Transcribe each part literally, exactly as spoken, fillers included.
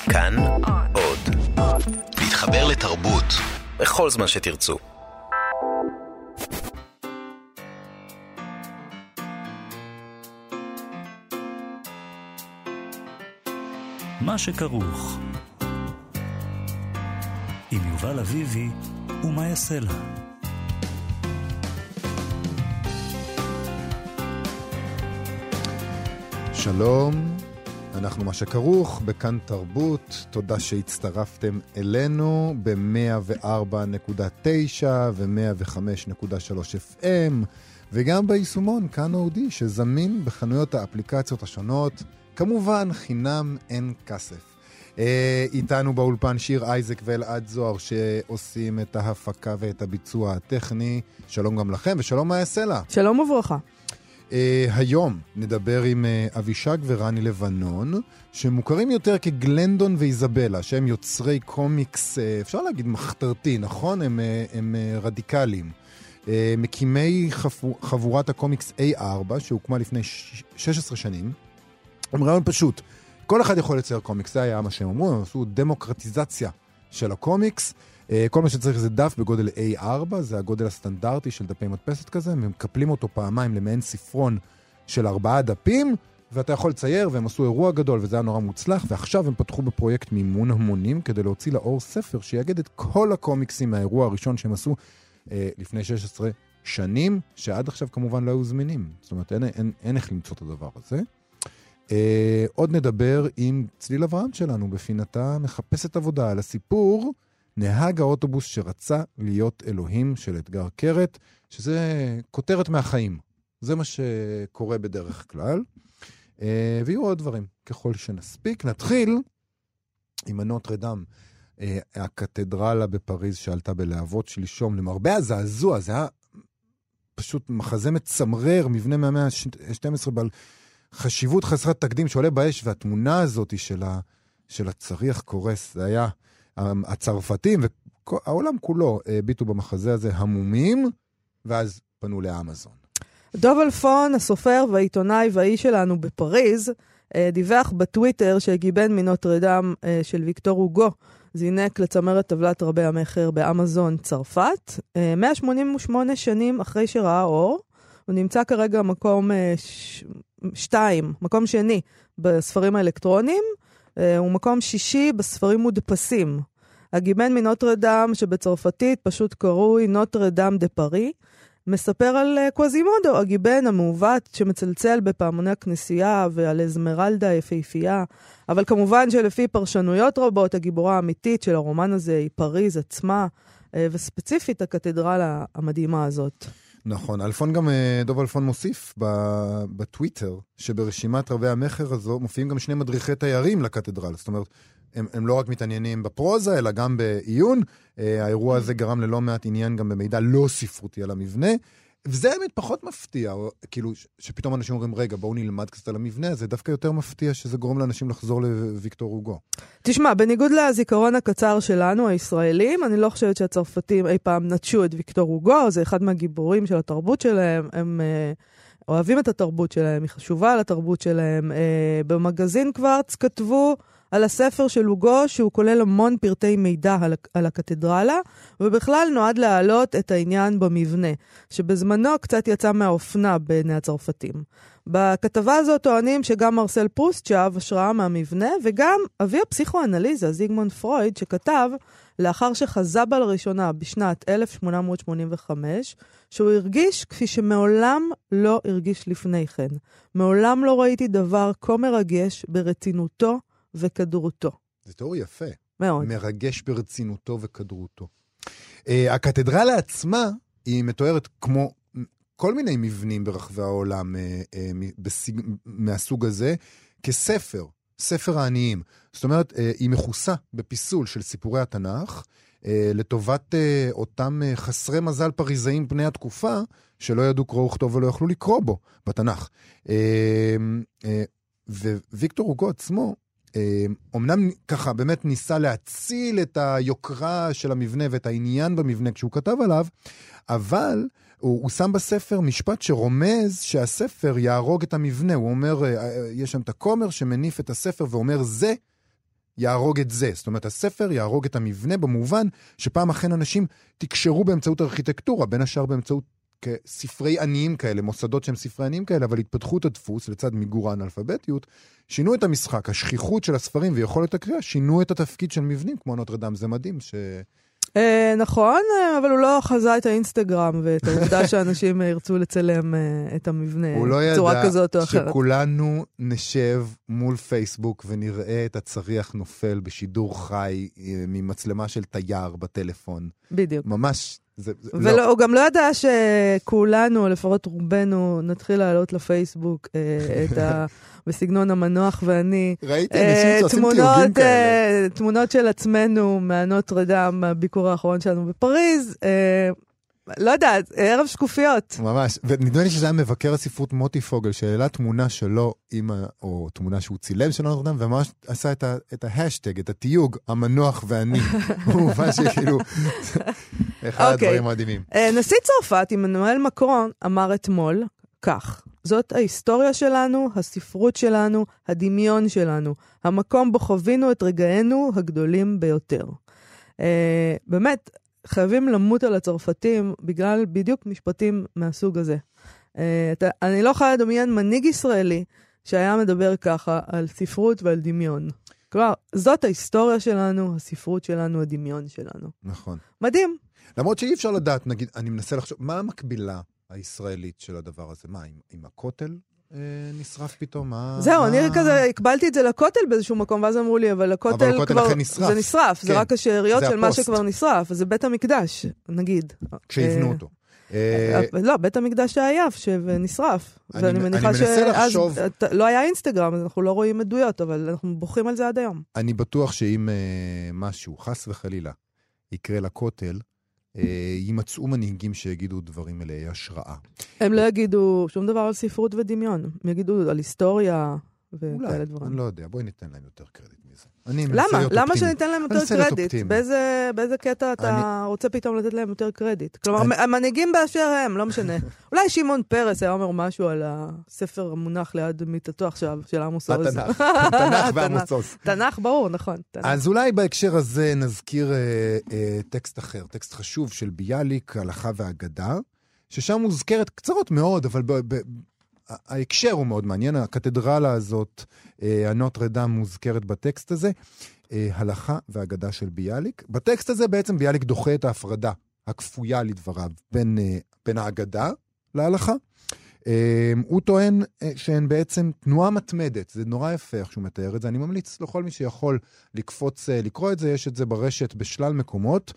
כאן עוד. להתחבר לתרבות בכל זמן שתרצו. מה שכרוך עם יובל אביבי ומה יעשה לה. שלום, אנחנו מה שכרוך בכאן תרבות. תודה שהצטרפתם אלינו ב-מאה וארבע נקודה תשע ו-מאה וחמש נקודה שלוש אף אם וגם ביישומון כאן אודי שזמין בחנויות האפליקציות השונות, כמובן חינם אין כסף. אה, איתנו באולפן שיר אייזק ואלעד זוהר שעושים את ההפקה ואת הביצוע הטכני. שלום גם לכם ושלום מה יעשה לה. שלום וברכה. Uh, היום נדבר עם uh, אבישג ורני לבנון, שמוכרים יותר כגלנדון ואיזבלה, שהם יוצרי קומיקס, uh, אפשר להגיד מחתרתי, נכון? הם, uh, הם uh, רדיקליים. Uh, מקימי חפור, חבורת הקומיקס איי ארבע, שהוקמה לפני ש- שש עשרה שנים. הם רעיון פשוט. כל אחד יכול לצייר קומיקס, זה היה מה שהם אמרו, הם עשו דמוקרטיזציה של הקומיקס. כל מה שצריך זה דף בגודל איי ארבע, זה הגודל הסטנדרטי של דפי מדפסת כזה, הם מקפלים אותו פעמיים למעין ספרון של ארבעה דפים, ואתה יכול לצייר, והם עשו אירוע גדול, וזה היה נורא מוצלח, ועכשיו הם פתחו בפרויקט מימון המונים, כדי להוציא לאור ספר שיגד את כל הקומיקסים מהאירוע הראשון שהם עשו אה, לפני שש עשרה שנים, שעד עכשיו כמובן לא היו זמינים. זאת אומרת, אין, אין, אין איך למצוא את הדבר הזה. אה, עוד נדבר עם צליל אברהם שלנו, בפינתה מחפשת עבודה, על הסיפור נהג האוטובוס שרצה להיות אלוהים של אתגר קרת, שזה כותרת מהחיים. זה מה שקורה בדרך כלל. ויהיו עוד דברים, ככל שנספיק. נתחיל עם הנוטר דאם, הקתדרלה בפריז שעלתה בלהבות שלשום, למרבה הזעזוע, זה היה פשוט מחזה מצמרר, מבנה מהמאה ה-שתים עשרה בעל חשיבות חסרת תקדים שעולה באש, והתמונה הזאת של, ה, של הצריח קורס, זה היה הצרפתים והעולם כולו ביטו במחזה הזה המומים, ואז פנו לאמזון. דוב אלפון, הסופר והעיתונאי והאיש שלנו בפריז, דיווח בטוויטר שגיבן מנוטר דאם של ויקטור הוגו זינק לצמרת טבלת רבי המחר באמזון צרפת. מאה שמונים ושמונה שנים אחרי שראה אור, הוא נמצא כרגע מקום ש... שתיים, מקום שני בספרים האלקטרוניים, הוא מקום שישי בספרים מודפסים. הגיבן מנוטר דאם שבצרפתית פשוט קרוי נוטר דאם דה פארי, מספר על קווזימודו, הגיבן המעוות שמצלצל בפעמוני הכנסייה ועל אזמרלדה היפהפייה, אבל כמובן שלפי פרשנויות רבות הגיבורה האמיתית של הרומן הזה היא פריז עצמה, וספציפית הקתדרלה המדהימה הזאת. נכון, אלפון גם, דוב אלפון מוסיף בטוויטר, שברשימת רבי המחר הזו מופיעים גם שני מדריכי תיירים לקתדרל, זאת אומרת, הם, הם לא רק מתעניינים בפרוזה, אלא גם בעיון. האירוע הזה גרם ללא מעט עניין גם במידע לא ספרותי על המבנה, וזה האמת פחות מפתיע, כאילו שפתאום אנשים אומרים, רגע, בואו נלמד קצת על המבנה, זה דווקא יותר מפתיע שזה גורם לאנשים לחזור לוויקטור הוגו. תשמע, בניגוד לזיכרון הקצר שלנו, הישראלים, אני לא חושבת שהצרפתים אי פעם נטשו את ויקטור הוגו, זה אחד מהגיבורים של התרבות שלהם, הם אה, אוהבים את התרבות שלהם, היא חשובה על התרבות שלהם. אה, במגזין קוורץ כתבו על הספר של הוגו, שהוא כולל המון פרטי מידע על, על הקתדרלה, ובכלל נועד להעלות את העניין במבנה, שבזמנו קצת יצא מהאופנה בעיני הצרפתים. בכתבה הזאת טוענים שגם מרסל פרוסט שאב השראה מהמבנה, וגם אבי הפסיכואנליזה, זיגמונד פרויד, שכתב, לאחר שחזה בה לראשונה בשנת אלף שמונה מאות שמונים וחמש, שהוא הרגיש כפי שמעולם לא הרגיש לפני כן. מעולם לא ראיתי דבר כה מרגש ברצינותו, וכדרותו. זה תיאור יפה. מאוד. מרגש ברצינותו וכדרותו. Uh, הקתדרלה עצמה היא מתוארת כמו כל מיני מבנים ברחבי העולם uh, uh, בסיג, מהסוג הזה, כספר, ספר העניים. זאת אומרת, uh, היא מכוסה בפיסול של סיפורי התנ"ך, uh, לטובת uh, אותם uh, חסרי מזל פריזאים בני התקופה, שלא ידעו קרוא וכתוב ולא יכלו לקרוא בו, בתנ"ך. Uh, uh, וויקטור הוגו עצמו, אמנם ככה באמת ניסה להציל את היוקרה של המבנה ואת העניין במבנה כשהוא כתב עליו, אבל הוא, הוא שם בספר משפט שרומז שהספר יהרוג את המבנה. הוא אומר, יש שם את הכומר שמניף את הספר ואומר, זה יהרוג את זה. זאת אומרת, הספר יהרוג את המבנה במובן שפעם אכן אנשים תקשרו באמצעות ארכיטקטורה, בין השאר באמצעות כספרי עניים כאלה, מוסדות שהם ספרי עניים כאלה, אבל התפתחו את הדפוס לצד מיגור האנאלפביתיות, שינו את המשחק, השכיחות של הספרים ויכולת הקריאה, שינו את התפקיד של מבנים, כמו נוטרדם, זה מדהים ש... נכון, אבל הוא לא חזה את האינסטגרם ואת העובדה שאנשים ירצו לצלם את המבנה בצורה כזאת או אחרת. הוא לא ידע שכולנו נשב מול פייסבוק ונראה את הצריח נופל בשידור חי ממצלמה של תייר בטלפון. בדיוק. ממש... והוא גם לא ידע שכולנו, לפחות רובנו, נתחיל לעלות לפייסבוק את ה... בסגנון המנוח ואני. ראיתי אנשים שעושים תיוגים כאלה. תמונות של עצמנו מהנוטרדם, מהביקור האחרון שלנו בפריז. לא יודעת, ערב שקופיות. ממש, ונדמה לי שזה היה מבקר הספרות מוטי פוגל, שהעלה תמונה שלו, או תמונה שהוא צילם של נוטרדם, וממש עשה את ההשטג, את התיוג, המנוח ואני. הוא ממש כאילו, אחד הדברים מדהימים. נשיא צרפת, עמנואל מקרון, אמר אתמול, כך, זאת ההיסטוריה שלנו, הספרות שלנו, הדמיון שלנו, המקום בו חווינו את רגעינו הגדולים ביותר. אה, באמת, חייבים למות על הצרפתים בגלל בדיוק משפטים מהסוג הזה. אה, אתה, אני לא יכולה לדמיין מנהיג ישראלי שהיה מדבר ככה על ספרות ועל דמיון. כלומר, זאת ההיסטוריה שלנו, הספרות שלנו, הדמיון שלנו. נכון. מדהים. למרות שאי אפשר לדעת, נגיד, אני מנסה לחשוב, מה המקבילה הישראלית של הדבר הזה? מה, עם, עם הכותל אה, נשרף פתאום? מה, זהו, מה... אני כזה, הקבלתי את זה לכותל באיזשהו מקום, ואז אמרו לי, אבל הכותל, אבל הכותל כבר, נשרף. זה נשרף, כן. זה רק השאריות של הפוסט. מה שכבר נשרף, זה בית המקדש, נגיד. כשהבנו אה, אותו. אה, לא, בית המקדש העייף שנשרף. אני, ואני מניחה שאז לחשוב... לא היה אינסטגרם, אז אנחנו לא רואים עדויות, אבל אנחנו בוכים על זה עד היום. אני בטוח שאם אה, משהו, חס וחלילה, יקרה לכותל, יימצאו מנהיגים שיגידו דברים מלאי השראה. הם לא יגידו שום דבר על ספרות ודמיון. הם יגידו על היסטוריה וכאלה דברים. אני לא יודע. בואי ניתן להם יותר קרדיט מזה. למה? למה שניתן להם יותר קרדיט? באיזה קטע אתה רוצה פתאום לתת להם יותר קרדיט? כלומר, המנהיגים באשר הם, לא משנה. אולי שמעון פרס היה אומר משהו על הספר המונח ליד מיטתו עכשיו, של עמוס עוז. התנ"ך. התנ"ך ועמוס עוז. תנ"ך, ברור, נכון. אז אולי בהקשר הזה נזכיר טקסט אחר, טקסט חשוב של ביאליק, הלכה והאגדה, ששם מוזכרת קצרות מאוד, אבל ההקשר הוא מאוד מעניין, הקתדרלה הזאת, הנוטרדם מוזכרת בטקסט הזה, הלכה והאגדה של ביאליק. בטקסט הזה בעצם ביאליק דוחה את ההפרדה הכפויה לדבריו בין, בין האגדה להלכה. הוא טוען שהן בעצם תנועה מתמדת, זה נורא יפה איך שהוא מתאר את זה, אני ממליץ לכל מי שיכול לקפוץ, לקרוא את זה, יש את זה ברשת בשלל מקומות,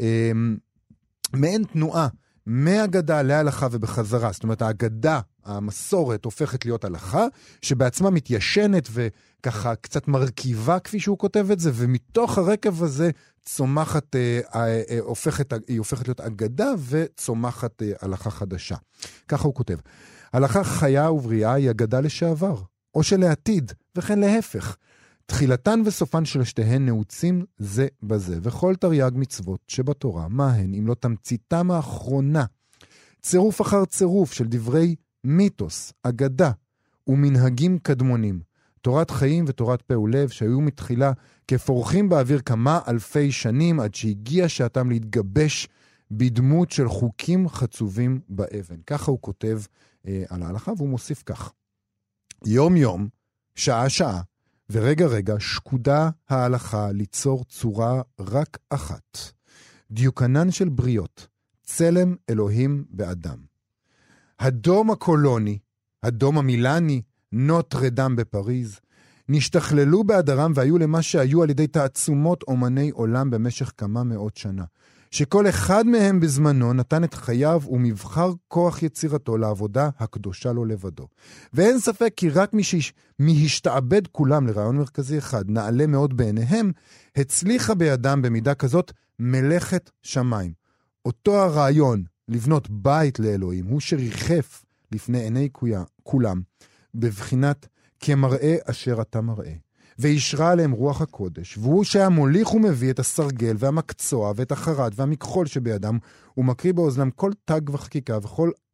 מעין תנועה, מהאגדה להלכה ובחזרה, זאת אומרת, האגדה, המסורת הופכת להיות הלכה, שבעצמה מתיישנת וככה קצת מרכיבה, כפי שהוא כותב את זה, ומתוך הרקב הזה צומחת, אה, אה, הופכת, היא הופכת להיות אגדה וצומחת אה, הלכה חדשה. ככה הוא כותב. הלכה חיה ובריאה היא אגדה לשעבר, או שלעתיד, וכן להפך. תחילתן וסופן של שתיהן נעוצים זה בזה, וכל תרי"ג מצוות שבתורה, מה הן אם לא תמציתם האחרונה, צירוף אחר צירוף של דברי מיתוס, אגדה ומנהגים קדמונים, תורת חיים ותורת פה ולב שהיו מתחילה כפורחים באוויר כמה אלפי שנים עד שהגיע שעתם להתגבש בדמות של חוקים חצובים באבן. ככה הוא כותב אה, על ההלכה, והוא מוסיף כך. יום יום, שעה שעה, ורגע רגע שקודה ההלכה ליצור צורה רק אחת. דיוקנן של בריות, צלם אלוהים באדם. הדום הקולוני, הדום המילני, נוטרדם בפריז, נשתכללו באדרם והיו למה שהיו על ידי תעצומות אומני עולם במשך כמה מאות שנה. שכל אחד מהם בזמנו נתן את חייו ומבחר כוח יצירתו לעבודה הקדושה לו לבדו. ואין ספק כי רק מהשתעבד כולם לרעיון מרכזי אחד, נעלה מאוד בעיניהם, הצליחה בידם במידה כזאת מלאכת שמיים. אותו הרעיון לבנות בית לאלוהים הוא שריחף לפני עיני כולם, בבחינת כמראה אשר אתה מראה. וישרה עליהם רוח הקודש, והוא שהיה מוליך ומביא את הסרגל והמקצוע ואת החרד והמכחול שבידם, ומקריא באוזנם כל תג וחקיקה וכל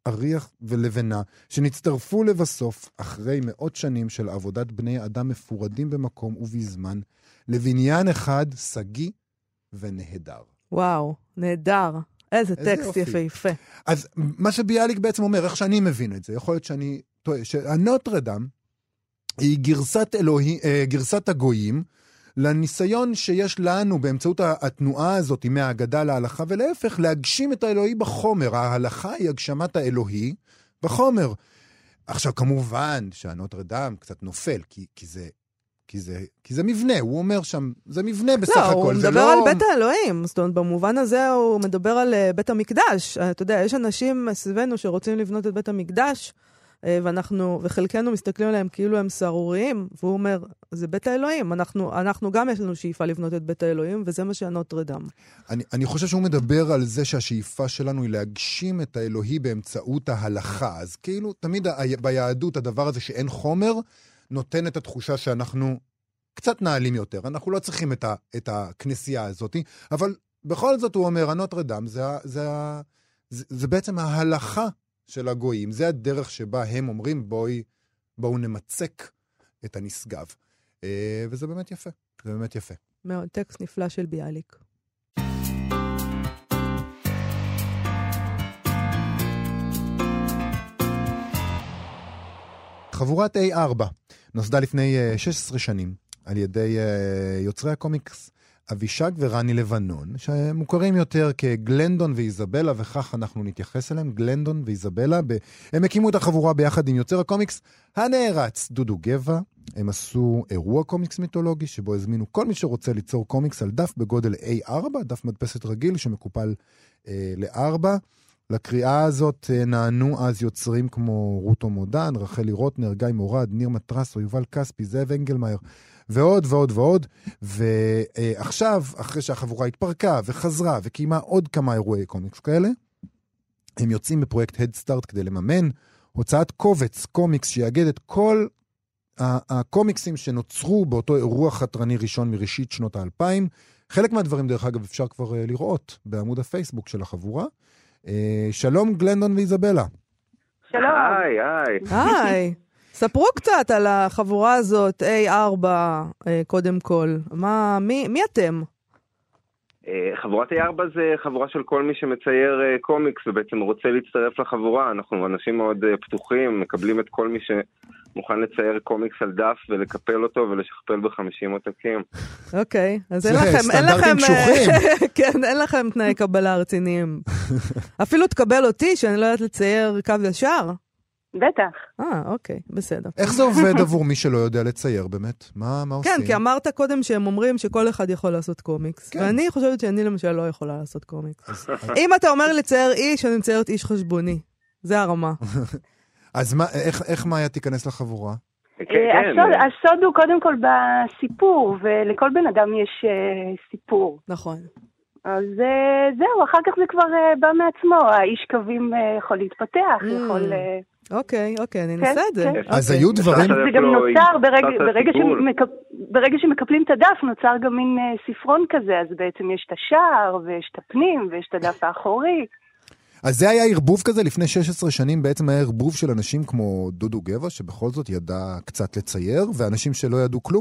אריח ולבנה, שנצטרפו לבסוף, אחרי מאות שנים של עבודת בני אדם מפורדים במקום ובזמן, לבניין אחד סגי ונהדר. וואו, נהדר. איזה טקסט יפה יפה. אז מה שביאליק בעצם אומר, איך שאני מבין את זה, יכול להיות שאני טועה, שהנוטרדם היא גרסת אלוהי, גרסת הגויים, לניסיון שיש לנו באמצעות התנועה הזאת מהאגדה להלכה, ולהפך, להגשים את האלוהי בחומר. ההלכה היא הגשמת האלוהי בחומר. עכשיו, כמובן שהנוטרדם קצת נופל, כי, כי זה... כי זה, כי זה מבנה, הוא אומר שם, זה מבנה בסך לא, הכל. הוא מדבר לא... על בית האלוהים, זאת אומרת, במובן הזה הוא מדבר על בית המקדש. אתה יודע, יש אנשים סביבנו שרוצים לבנות את בית המקדש, ואנחנו, וחלקנו מסתכלים עליהם כאילו הם סרוריים, והוא אומר, זה בית האלוהים, אנחנו, אנחנו גם יש לנו שאיפה לבנות את בית האלוהים, וזה מה שהנוטרדם. אני, אני חושב שהוא מדבר על זה שהשאיפה שלנו היא להגשים את האלוהי באמצעות ההלכה. אז כאילו, תמיד ביהדות הדבר הזה שאין חומר, נותן את התחושה שאנחנו קצת נעלים יותר. אנחנו לא צריכים את, ה, את הכנסייה הזאת, אבל בכל זאת הוא אומר, הנוטרדם, זה, זה, זה, זה בעצם ההלכה של הגויים. זה הדרך שבה הם אומרים, בואי, בואו נמצק את הנשגב. וזה באמת יפה. זה באמת יפה. מאוד, טקסט נפלא של ביאליק. חבורת איי ארבע נוסדה לפני שש עשרה שנים על ידי יוצרי הקומיקס אבישג ורני לבנון, שמוכרים יותר כגלנדון ואיזבלה, וכך אנחנו נתייחס אליהם, גלנדון ואיזבלה. ב... הם הקימו את החבורה ביחד עם יוצר הקומיקס הנערץ דודו גבע. הם עשו אירוע קומיקס מיתולוגי, שבו הזמינו כל מי שרוצה ליצור קומיקס על דף בגודל איי ארבע, דף מדפסת רגיל שמקופל אה, לארבע. לקריאה הזאת נענו אז יוצרים כמו רוטו מודן, רחלי רוטנר, גיא מורד, ניר מטרסו, יובל כספי, זאב אנגלמאייר, ועוד ועוד ועוד. ועכשיו, אחרי שהחבורה התפרקה וחזרה וקיימה עוד כמה אירועי קומיקס כאלה, הם יוצאים בפרויקט הדסטארט כדי לממן הוצאת קובץ קומיקס שיאגד את כל הקומיקסים שנוצרו באותו אירוע חתרני ראשון מראשית שנות האלפיים. חלק מהדברים, דרך אגב, אפשר כבר לראות בעמוד הפייסבוק של החבורה. שלום גלנדון ואיזבלה. שלום. היי, היי. היי. ספרו קצת על החבורה הזאת, איי ארבע, קודם כל. מה, מי, מי אתם? חבורת איי ארבע זה חבורה של כל מי שמצייר קומיקס ובעצם רוצה להצטרף לחבורה. אנחנו אנשים מאוד פתוחים, מקבלים את כל מי שמוכן לצייר קומיקס על דף ולקפל אותו ולשכפל בחמישים עותקים. אוקיי, אז אין לכם, אין לכם, כן, אין לכם תנאי קבלה רציניים. אפילו תקבל אותי שאני לא יודעת לצייר קו ישר. בטח. אה, אוקיי, בסדר. איך זה עובד עבור מי שלא יודע לצייר באמת? מה, מה עושים? כן, כי אמרת קודם שהם אומרים שכל אחד יכול לעשות קומיקס. כן. ואני חושבת שאני למשל לא יכולה לעשות קומיקס. אז, אם אתה אומר לצייר איש, אני מציירת איש חשבוני. זה הרמה. אז מה, איך, איך מאיה תיכנס לחבורה? הסוד הוא קודם כל בסיפור, ולכל בן אדם יש סיפור. נכון. אז זהו, אחר כך זה כבר בא מעצמו. האיש קווים יכול להתפתח, יכול... אוקיי, אוקיי, אני נסה את זה. אז היו דברים... זה גם נוצר, ברגע שמקפלים את הדף, נוצר גם מין ספרון כזה, אז בעצם יש את השער, ויש את הפנים, ויש את הדף האחורי. אז זה היה ערבוב כזה לפני שש עשרה שנים, בעצם היה ערבוב של אנשים כמו דודו גבע, שבכל זאת ידע קצת לצייר, ואנשים שלא ידעו כלום?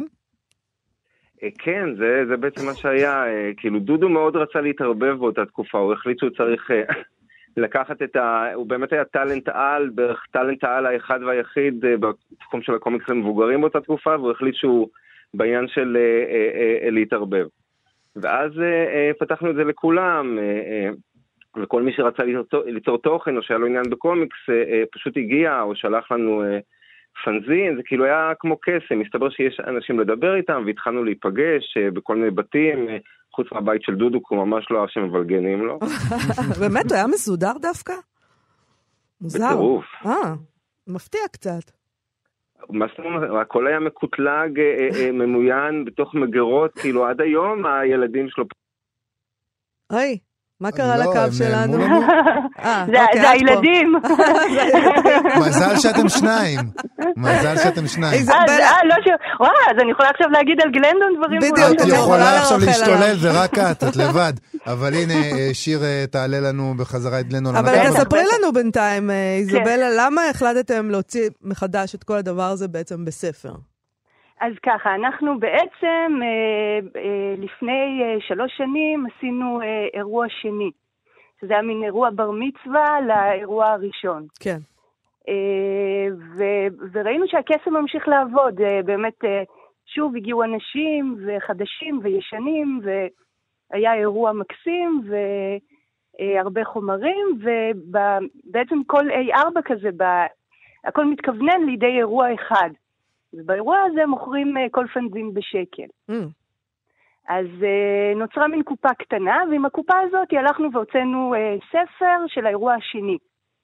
כן, זה, זה בעצם מה שהיה, כאילו דודו מאוד רצה להתערבב באותה תקופה, הוא החליט שהוא צריך לקחת את ה... הוא באמת היה טלנט על, בערך טלנט על האחד והיחיד בתחום של הקומיקס המבוגרים באותה תקופה, והוא החליט שהוא בעניין של להתערבב. ואז פתחנו את זה לכולם, וכל מי שרצה ליצור, ליצור תוכן או שהיה לו עניין בקומיקס פשוט הגיע או שלח לנו פנזין, זה כאילו היה כמו קסם, מסתבר שיש אנשים לדבר איתם והתחלנו להיפגש בכל מיני בתים, חוץ מהבית של דודו, הוא ממש לא אהב שמבלגנים לו. באמת, הוא היה מסודר דווקא? מוזר. בטירוף. אה, מפתיע קצת. הכל היה מקוטלג, ממוין בתוך מגרות, כאילו עד היום הילדים שלו... אוי, מה קרה לקו שלנו? זה הילדים. מזל שאתם שניים. מזל שאתם שניים. וואו, אז אני יכולה עכשיו להגיד על גלנדון דברים. בדיוק, את יכולה עכשיו להשתולל, זה רק את, את לבד. אבל הנה, שיר תעלה לנו בחזרה את גלנדון. אבל תספרי לנו בינתיים, איזבלה, למה החלטתם להוציא מחדש את כל הדבר הזה בעצם בספר? אז ככה, אנחנו בעצם אה, אה, לפני אה, שלוש שנים עשינו אה, אירוע שני. שזה היה מין אירוע בר מצווה לאירוע הראשון. כן. אה, ו- וראינו שהקסם ממשיך לעבוד. אה, באמת, אה, שוב הגיעו אנשים וחדשים וישנים, והיה אירוע מקסים והרבה חומרים, ובעצם כל איי ארבע כזה, ב- הכל מתכוונן לידי אירוע אחד. ובאירוע הזה מוכרים uh, כל פנזין בשקל. Mm. אז uh, נוצרה מין קופה קטנה, ועם הקופה הזאת הלכנו והוצאנו uh, ספר של האירוע השני.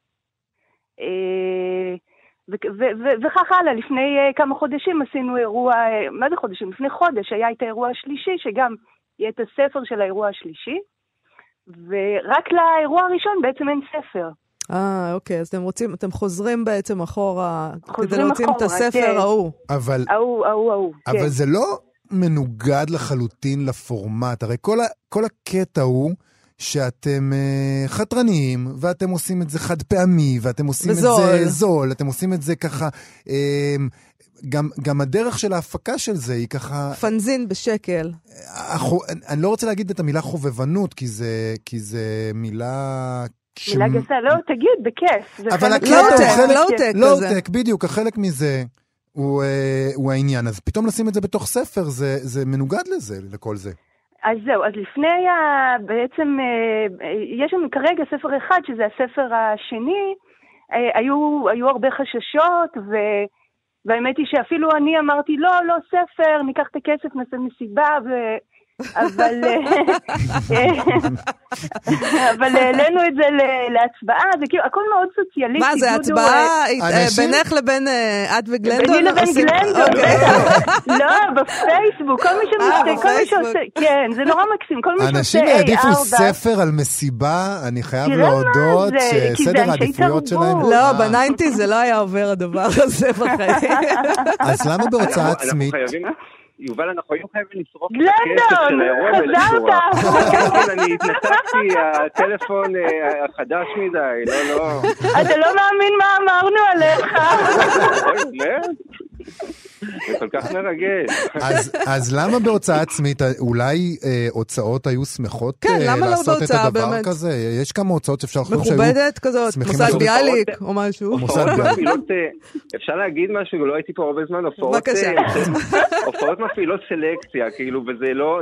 Uh, וכך הלאה, לפני uh, כמה חודשים עשינו אירוע, uh, מה זה חודשים? לפני חודש היה את האירוע השלישי, שגם יהיה את הספר של האירוע השלישי, ורק לאירוע הראשון בעצם אין ספר. אה, אוקיי, אז אתם רוצים, אתם חוזרים בעצם אחורה, כדי להוצאים את הספר ההוא. אבל, ההוא, ההוא, ההוא. אבל זה לא מנוגד לחלוטין לפורמט, הרי כל, ה, כל הקטע הוא שאתם uh, חתרניים, ואתם עושים את זה חד פעמי, ואתם עושים בזול. את זה זול, אתם עושים את זה ככה, uh, גם, גם הדרך של ההפקה של זה היא ככה... פנזין בשקל. החו, אני לא רוצה להגיד את המילה חובבנות, כי זה, כי זה מילה... מילה גסה, לא, תגיד, בכיף. אבל הקטע הוא חלק, לואו-טק, בדיוק, החלק מזה הוא העניין. אז פתאום לשים את זה בתוך ספר, זה מנוגד לזה, לכל זה. אז זהו, אז לפני, בעצם, יש לנו כרגע ספר אחד, שזה הספר השני, היו הרבה חששות, והאמת היא שאפילו אני אמרתי, לא, לא ספר, ניקח את הכסף, נעשה מסיבה, ו... אבל אבל העלינו את זה להצבעה, זה כאילו הכל מאוד סוציאליסטי. מה זה, הצבעה בינך לבין את וגלנדון? ביני לבין גלנדון, לא, בפייסבוק, כל מי שעושה, כן, זה נורא מקסים, כל מי שעושה אנשים העדיפו ספר על מסיבה, אני חייב להודות שסדר העדיפויות שלהם. לא, בניינטי זה לא היה עובר הדבר הזה בחיים. אז למה בהוצאה עצמית? יובל, אנחנו היום חייבים לשרוף את הכסף של האירוע ולשרוע. כן, אני התנתקתי, הטלפון החדש מדי, לא, לא. אתה לא מאמין מה אמרנו עליך. זה כל כך מרגש. אז למה בהוצאה עצמית, אולי הוצאות היו שמחות לעשות את הדבר כזה? יש כמה הוצאות שאפשר לחשוב שהיו... מכובדת כזאת, מוסד ביאליק או משהו. אפשר להגיד משהו, לא הייתי פה הרבה זמן, הופעות מפעילות סלקציה, כאילו, וזה לא...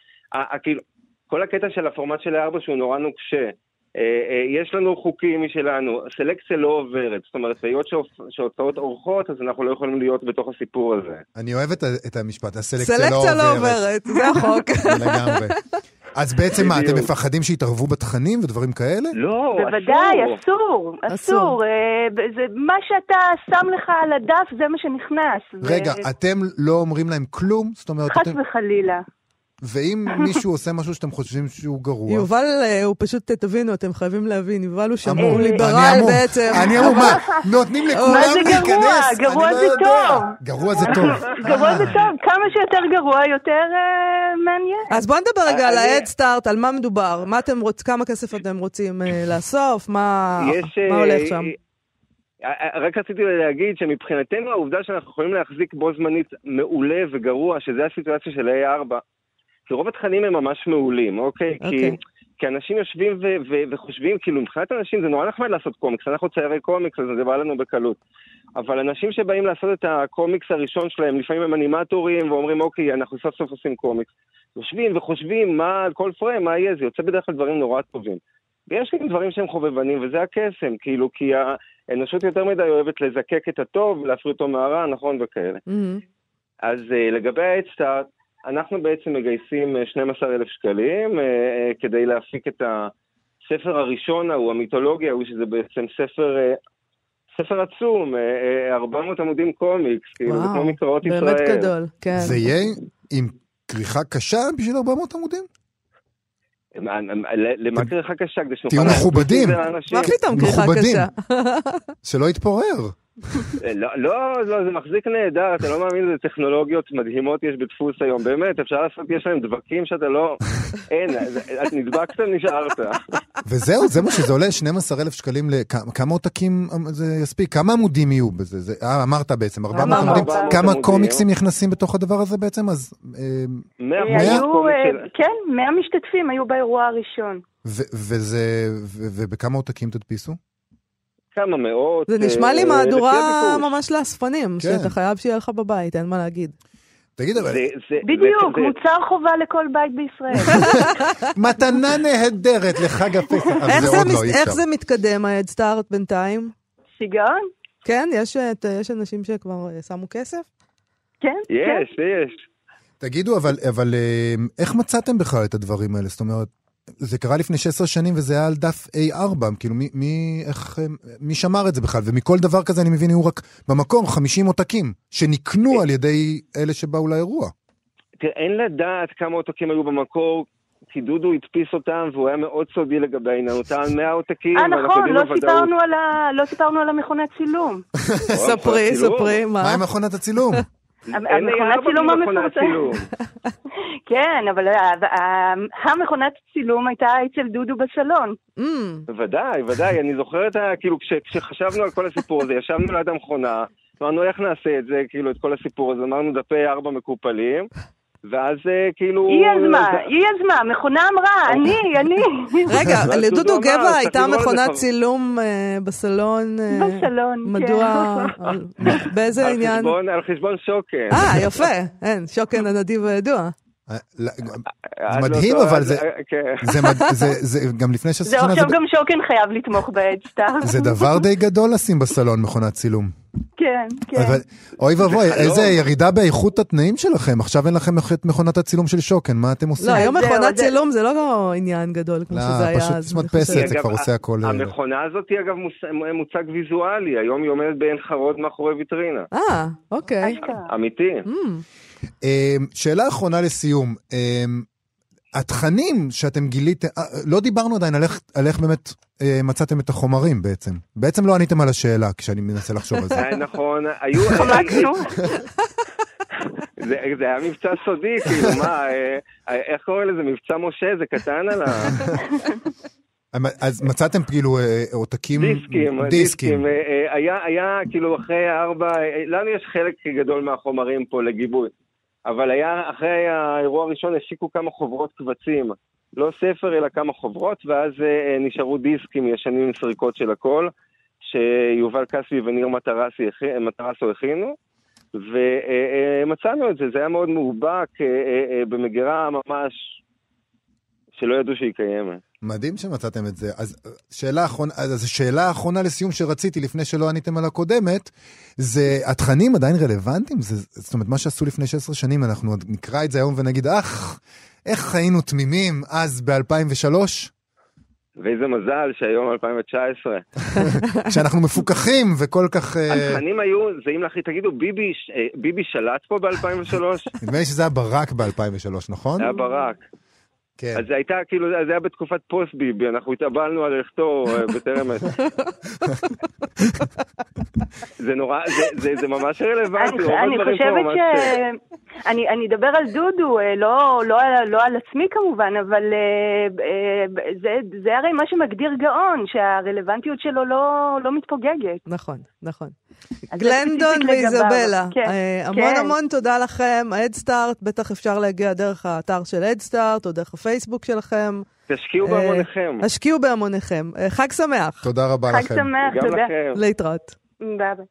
כל הקטע של הפורמט של הארבע שהוא נורא נוקשה, יש לנו חוקים משלנו, סלקציה לא עוברת, זאת אומרת, היות שהוצאות אורחות, אז אנחנו לא יכולים להיות בתוך הסיפור הזה. אני אוהב את המשפט, הסלקציה לא עוברת. זה החוק. לגמרי. אז בעצם מה, אתם מפחדים שיתערבו בתכנים ודברים כאלה? לא, בוודאי, אסור, אסור. מה שאתה שם לך על הדף, זה מה שנכנס. רגע, אתם לא אומרים להם כלום? חס וחלילה. ואם מישהו עושה משהו שאתם חושבים שהוא גרוע... יובל, הוא פשוט, תבינו, אתם חייבים להבין, יובל הוא שם, הוא ליברל בעצם. אני אמור, מה? נותנים לכולם להיכנס? מה זה גרוע? גרוע זה טוב. גרוע זה טוב. גרוע זה טוב. כמה שיותר גרוע, יותר מעניין. אז בואו נדבר רגע על ההדסטארט, על מה מדובר. מה אתם רוצים, כמה כסף אתם רוצים לאסוף? מה הולך שם? רק רציתי להגיד שמבחינתנו העובדה שאנחנו יכולים להחזיק בו זמנית מעולה וגרוע, שזה הסיטואציה של איי ארבע, כי רוב התכנים הם ממש מעולים, אוקיי? Okay. כי, כי אנשים יושבים ו- ו- וחושבים, כאילו מבחינת אנשים זה נורא נחמד לעשות קומיקס, אנחנו ציירי קומיקס, אז זה בא לנו בקלות. אבל אנשים שבאים לעשות את הקומיקס הראשון שלהם, לפעמים הם אנימטורים ואומרים, אוקיי, אנחנו סוף סוף עושים קומיקס. יושבים וחושבים מה, על כל פריים, מה יהיה, זה יוצא בדרך כלל דברים נורא טובים. ויש גם דברים שהם חובבנים, וזה הקסם, כאילו, כי האנושות יותר מדי אוהבת לזקק את הטוב, להפריד אותו מהרע, נכון, וכאלה. Mm-hmm. אז לגבי ההדסטארט, אנחנו בעצם מגייסים שנים עשר אלף שקלים, אה, כדי להפיק את הספר הראשון, הוא המיתולוגיה, הוא שזה בעצם ספר, אה, ספר עצום, אה, ארבע מאות עמודים קומיקס, כאילו, זה כמו מקראות ישראל. באמת גדול, כן. זה יהיה עם כריכה קשה בשביל ארבע מאות עמודים? למה קריחה קשה? תהיו מכובדים. מה פתאום קריחה קשה? שלא יתפורר. לא, לא, זה מחזיק נהדר, אתה לא מאמין, זה טכנולוגיות מדהימות יש בדפוס היום, באמת, אפשר לעשות, יש להם דבקים שאתה לא, אין, את נדבקת, נשארת. וזהו, זה מה שזה עולה, שנים עשר אלף שקלים, כמה עותקים זה יספיק? כמה עמודים יהיו בזה? אמרת בעצם, ארבע מאות עמודים, כמה קומיקסים נכנסים בתוך הדבר הזה בעצם? אז מאה קומיקסים. כן, מאה משתתפים היו באירוע הראשון. וזה, ובכמה עותקים תדפיסו? כמה מאות. זה נשמע לי מהדורה ממש לאספנים, שאתה חייב שיהיה לך בבית, אין מה להגיד. תגיד אבל... בדיוק, מוצר חובה לכל בית בישראל. מתנה נהדרת לחג הפסח. איך זה מתקדם, ההדסטארט בינתיים? שיגעון? כן, יש אנשים שכבר שמו כסף? כן. יש, יש. תגידו, אבל איך מצאתם בכלל את הדברים האלה? זאת אומרת, זה קרה לפני שש עשרה שנים, וזה היה על דף איי ארבע, כאילו מי, מי, איך, מי שמר את זה בכלל? ומכל דבר כזה אני מבין, הוא רק במקום חמישים עותקים, שנקנו על ידי אלה שבאו לאירוע. תראה, אין לדעת כמה עותקים היו במקור, כי דודו הדפיס אותם, והוא היה מאוד סודי לגבי העניין, אותם מאה עותקים. אה, נכון, לא סיפרנו על ה... לא סיפרנו על המכונת צילום. ספרי, ספרי, מה? מה עם מכונת הצילום? המכונת צילום המפורסמת. כן, אבל המכונת צילום הייתה אצל דודו בסלון. ודאי, ודאי, אני זוכרת, כאילו, כשחשבנו על כל הסיפור הזה, ישבנו ליד המכונה, אמרנו איך נעשה את זה, כאילו, את כל הסיפור הזה, אמרנו דפי ארבע מקופלים, ואז כאילו... היא יזמה, היא יזמה, מכונה אמרה, אני, אני. רגע, לדודו גבע הייתה מכונת צילום בסלון. בסלון, כן. מדוע? באיזה עניין? על חשבון שוקן. אה, יפה, אין, שוקן הנדיב וידוע. מדהים, אבל זה גם לפני שש שנה... זה עכשיו גם שוקן חייב לתמוך בהדסטארט. זה דבר די גדול לשים בסלון מכונת צילום. כן, כן. אוי ובוי, איזה ירידה באיכות התנאים שלכם. עכשיו אין לכם מכונת הצילום של שוקן, מה אתם עושים? לא, היום מכונת צילום זה לא עניין גדול כמו שזה היה. פשוט מדפסת, זה כבר עושה הכל. המכונה הזאת היא אגב מוצג ויזואלי, היום היא עומדת בעין חרוד מאחורי ויטרינה. אה, אוקיי. אמיתי. שאלה אחרונה לסיום, התכנים שאתם גיליתם, לא דיברנו עדיין על איך באמת מצאתם את החומרים בעצם. בעצם לא עניתם על השאלה כשאני מנסה לחשוב על זה. נכון, היו... חמקנו. זה היה מבצע סודי, כאילו מה, איך קורא לזה? מבצע משה, זה קטן על ה... אז מצאתם כאילו עותקים... דיסקים, דיסקים. היה, היה כאילו אחרי ארבע, לנו יש חלק גדול מהחומרים פה לגיבוי. אבל היה, אחרי האירוע הראשון השיקו כמה חוברות קבצים, לא ספר אלא כמה חוברות, ואז אה, נשארו דיסקים ישנים עם סריקות של הכל, שיובל כספי וניר מטרסו הכינו, ומצאנו את זה, זה היה מאוד מאובק, אה, אה, במגירה ממש, שלא ידעו שהיא קיימת. מדהים שמצאתם את זה. אז שאלה האחרונה, אז השאלה האחרונה לסיום שרציתי לפני שלא עניתם על הקודמת, זה התכנים עדיין רלוונטיים? זה, זאת אומרת, מה שעשו לפני שש עשרה שנים, אנחנו נקרא את זה היום ונגיד, אך, איך היינו תמימים אז ב-אלפיים ושלוש? ואיזה מזל שהיום אלפיים תשע עשרה. כשאנחנו מפוקחים וכל כך... התכנים היו, זה אם לכי, תגידו, ביבי, ביבי שלט פה ב-אלפיים ושלוש? נדמה לי שזה היה ברק ב-אלפיים ושלוש, נכון? זה היה ברק. כן. אז זה הייתה, כאילו, זה היה בתקופת פוסט ביבי, אנחנו התאבלנו על לכתו בטרם את. זה נורא, זה, זה, זה ממש רלוונטי. אני חושבת ש... אני, אני אדבר על דודו, לא, לא, לא על עצמי כמובן, אבל זה, זה הרי מה שמגדיר גאון, שהרלוונטיות שלו לא, לא מתפוגגת. נכון, נכון. גלנדון ואיזבלה, המון המון תודה לכם. ההדסטארט, בטח אפשר להגיע דרך האתר של ההדסטארט או דרך הפייסבוק שלכם. תשקיעו בהמוניכם. השקיעו בהמוניכם. חג שמח. תודה רבה לכם. חג שמח, תודה. להתראות. ביי ביי.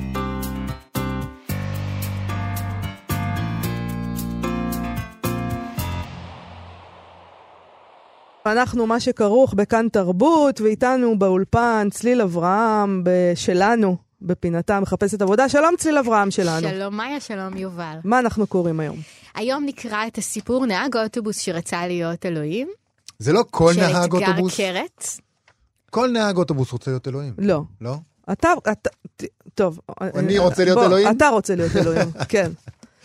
אנחנו מה שכרוך בכאן תרבות, ואיתנו באולפן צליל אברהם שלנו, בפינתה מחפשת עבודה. שלום צליל אברהם שלנו. שלום מאיה, שלום יובל. מה אנחנו קוראים היום? היום נקרא את הסיפור נהג אוטובוס שרצה להיות אלוהים. זה לא כל נהג אוטובוס? של אתגר קרת. כל נהג אוטובוס רוצה להיות אלוהים? לא. לא? אתה, אתה, טוב. אני רוצה להיות אלוהים? אתה רוצה להיות אלוהים, כן.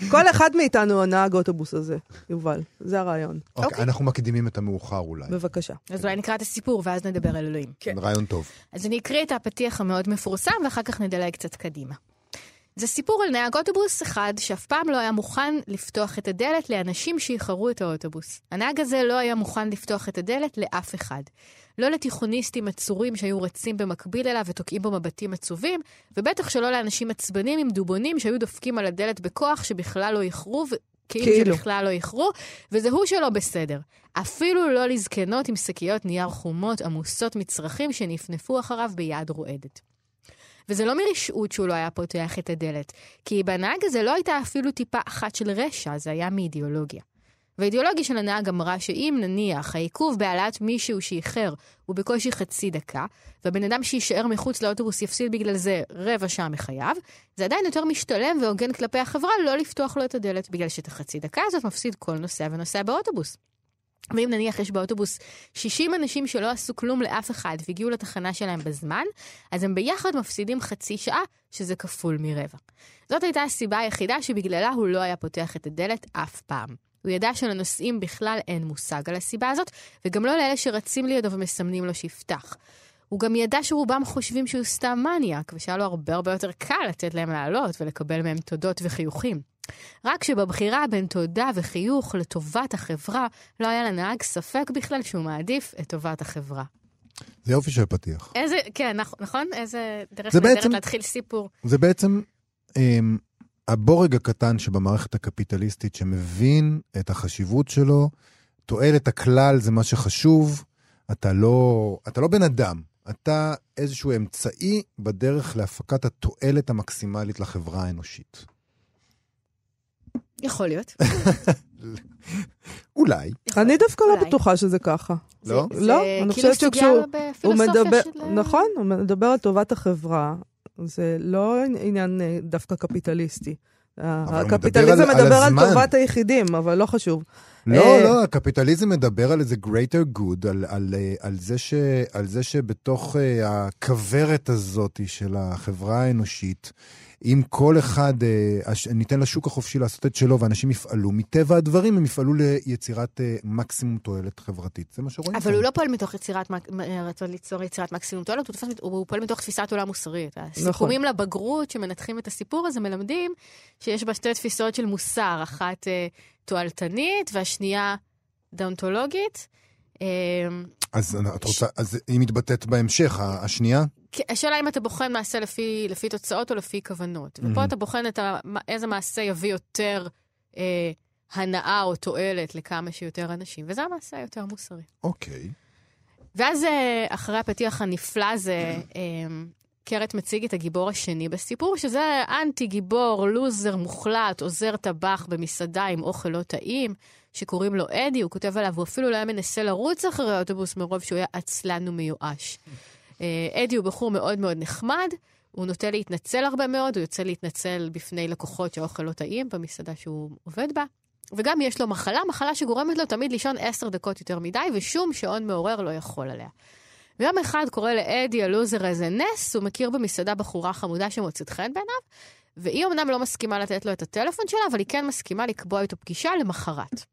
כל אחד מאיתנו הנהג אוטובוס הזה, יובל. זה הרעיון. אוקיי, אנחנו מקדימים את המאוחר אולי. בבקשה. אז אולי נקרא את הסיפור, ואז נדבר על אלוהים. כן. רעיון טוב. אז אני אקריא את הפתיח המאוד מפורסם, ואחר כך נדלג קצת קדימה. זה סיפור על נהג אוטובוס אחד, שאף פעם לא היה מוכן לפתוח את הדלת לאנשים שיחרו את האוטובוס. הנהג הזה לא היה מוכן לפתוח את הדלת לאף אחד. לא לתיכוניסטים עצורים שהיו רצים במקביל אליו ותוקעים בו מבטים עצובים, ובטח שלא לאנשים עצבנים עם דובונים שהיו דופקים על הדלת בכוח שבכלל לא יחרו, כאילו, כאילו. שבכלל לא יחרו, וזה הוא שלא בסדר. אפילו לא לזקנות עם שקיות נייר חומות עמוסות מצרכים שנפנפו אחריו ביד רועדת. וזה לא מרשעות שהוא לא היה פותח את הדלת, כי בנהג הזה לא הייתה אפילו טיפה אחת של רשע, זה היה מאידיאולוגיה. והאידיאולוגיה של הנהג אמרה שאם נניח העיכוב בהעלאת מישהו שאיחר הוא בקושי חצי דקה, והבן אדם שישאר מחוץ לאוטובוס יפסיד בגלל זה רבע שעה מחייו, זה עדיין יותר משתלם והוגן כלפי החברה לא לפתוח לו את הדלת, בגלל שאת החצי דקה הזאת מפסיד כל נוסע ונוסע באוטובוס. ואם נניח יש באוטובוס שישים אנשים שלא עשו כלום לאף אחד והגיעו לתחנה שלהם בזמן, אז הם ביחד מפסידים חצי שעה, שזה כפול מרבע. זאת הייתה הסיבה היחידה שבגללה הוא לא היה פותח את הדלת אף פעם. הוא ידע שלנוסעים בכלל אין מושג על הסיבה הזאת, וגם לא לאלה שרצים לידו ומסמנים לו שיפתח. הוא גם ידע שרובם חושבים שהוא סתם מניאק, ושהיה לו הרבה הרבה יותר קל לתת להם לעלות ולקבל מהם תודות וחיוכים. רק שבבחירה בין תודה וחיוך לטובת החברה, לא היה לנהג ספק בכלל שהוא מעדיף את טובת החברה. זה יופי של פתיח. איזה, כן, נכון? איזה דרך נהדרת להתחיל סיפור. זה בעצם אמ, הבורג הקטן שבמערכת הקפיטליסטית שמבין את החשיבות שלו, תועלת הכלל זה מה שחשוב, אתה לא, אתה לא בן אדם, אתה איזשהו אמצעי בדרך להפקת התועלת המקסימלית לחברה האנושית. יכול להיות. אולי. אני דווקא לא בטוחה שזה ככה. לא? לא, אני חושבת שכשהוא מדבר, נכון, הוא מדבר על טובת החברה, זה לא עניין דווקא קפיטליסטי. הקפיטליזם מדבר על טובת היחידים, אבל לא חשוב. לא, לא, הקפיטליזם מדבר על איזה greater good, על, על, על, זה ש, על זה שבתוך הכברת הזאת של החברה האנושית, אם כל אחד ניתן לשוק החופשי לעשות את שלו, ואנשים יפעלו, מטבע הדברים הם יפעלו ליצירת מקסימום תועלת חברתית. זה מה שרואים. אבל הוא לא פועל מתוך יצירת, רצון ליצור יצירת מקסימום תועלת, הוא פועל מתוך תפיסת עולם מוסרית. הסיפורים לבגרות שמנתחים את הסיפור הזה מלמדים שיש בה שתי תפיסות של מוסר, אחת תועלתנית והשנייה דאונטולוגית. אז את רוצה, אז היא מתבטאת בהמשך, השנייה? השאלה אם אתה בוחן מעשה לפי, לפי תוצאות או לפי כוונות. Mm-hmm. ופה אתה בוחן את ה, איזה מעשה יביא יותר אה, הנאה או תועלת לכמה שיותר אנשים, וזה המעשה יותר מוסרי. אוקיי. Okay. ואז אה, אחרי הפתיח הנפלא הזה, אה, קרת מציג את הגיבור השני בסיפור, שזה אנטי גיבור, לוזר מוחלט, עוזר טבח במסעדה עם אוכל לא טעים, שקוראים לו אדי, הוא כותב עליו, הוא אפילו לא היה מנסה לרוץ אחרי האוטובוס מרוב שהוא היה עצלן ומיואש. אדי הוא בחור מאוד מאוד נחמד, הוא נוטה להתנצל הרבה מאוד, הוא יוצא להתנצל בפני לקוחות שהאוכל לא טעים במסעדה שהוא עובד בה, וגם יש לו מחלה, מחלה שגורמת לו תמיד לישון עשר דקות יותר מדי, ושום שעון מעורר לא יכול עליה. ויום אחד קורא לאדי הלוזר איזה נס, הוא מכיר במסעדה בחורה חמודה שמוצאת חן בעיניו, והיא אמנם לא מסכימה לתת לו את הטלפון שלה, אבל היא כן מסכימה לקבוע איתו פגישה למחרת.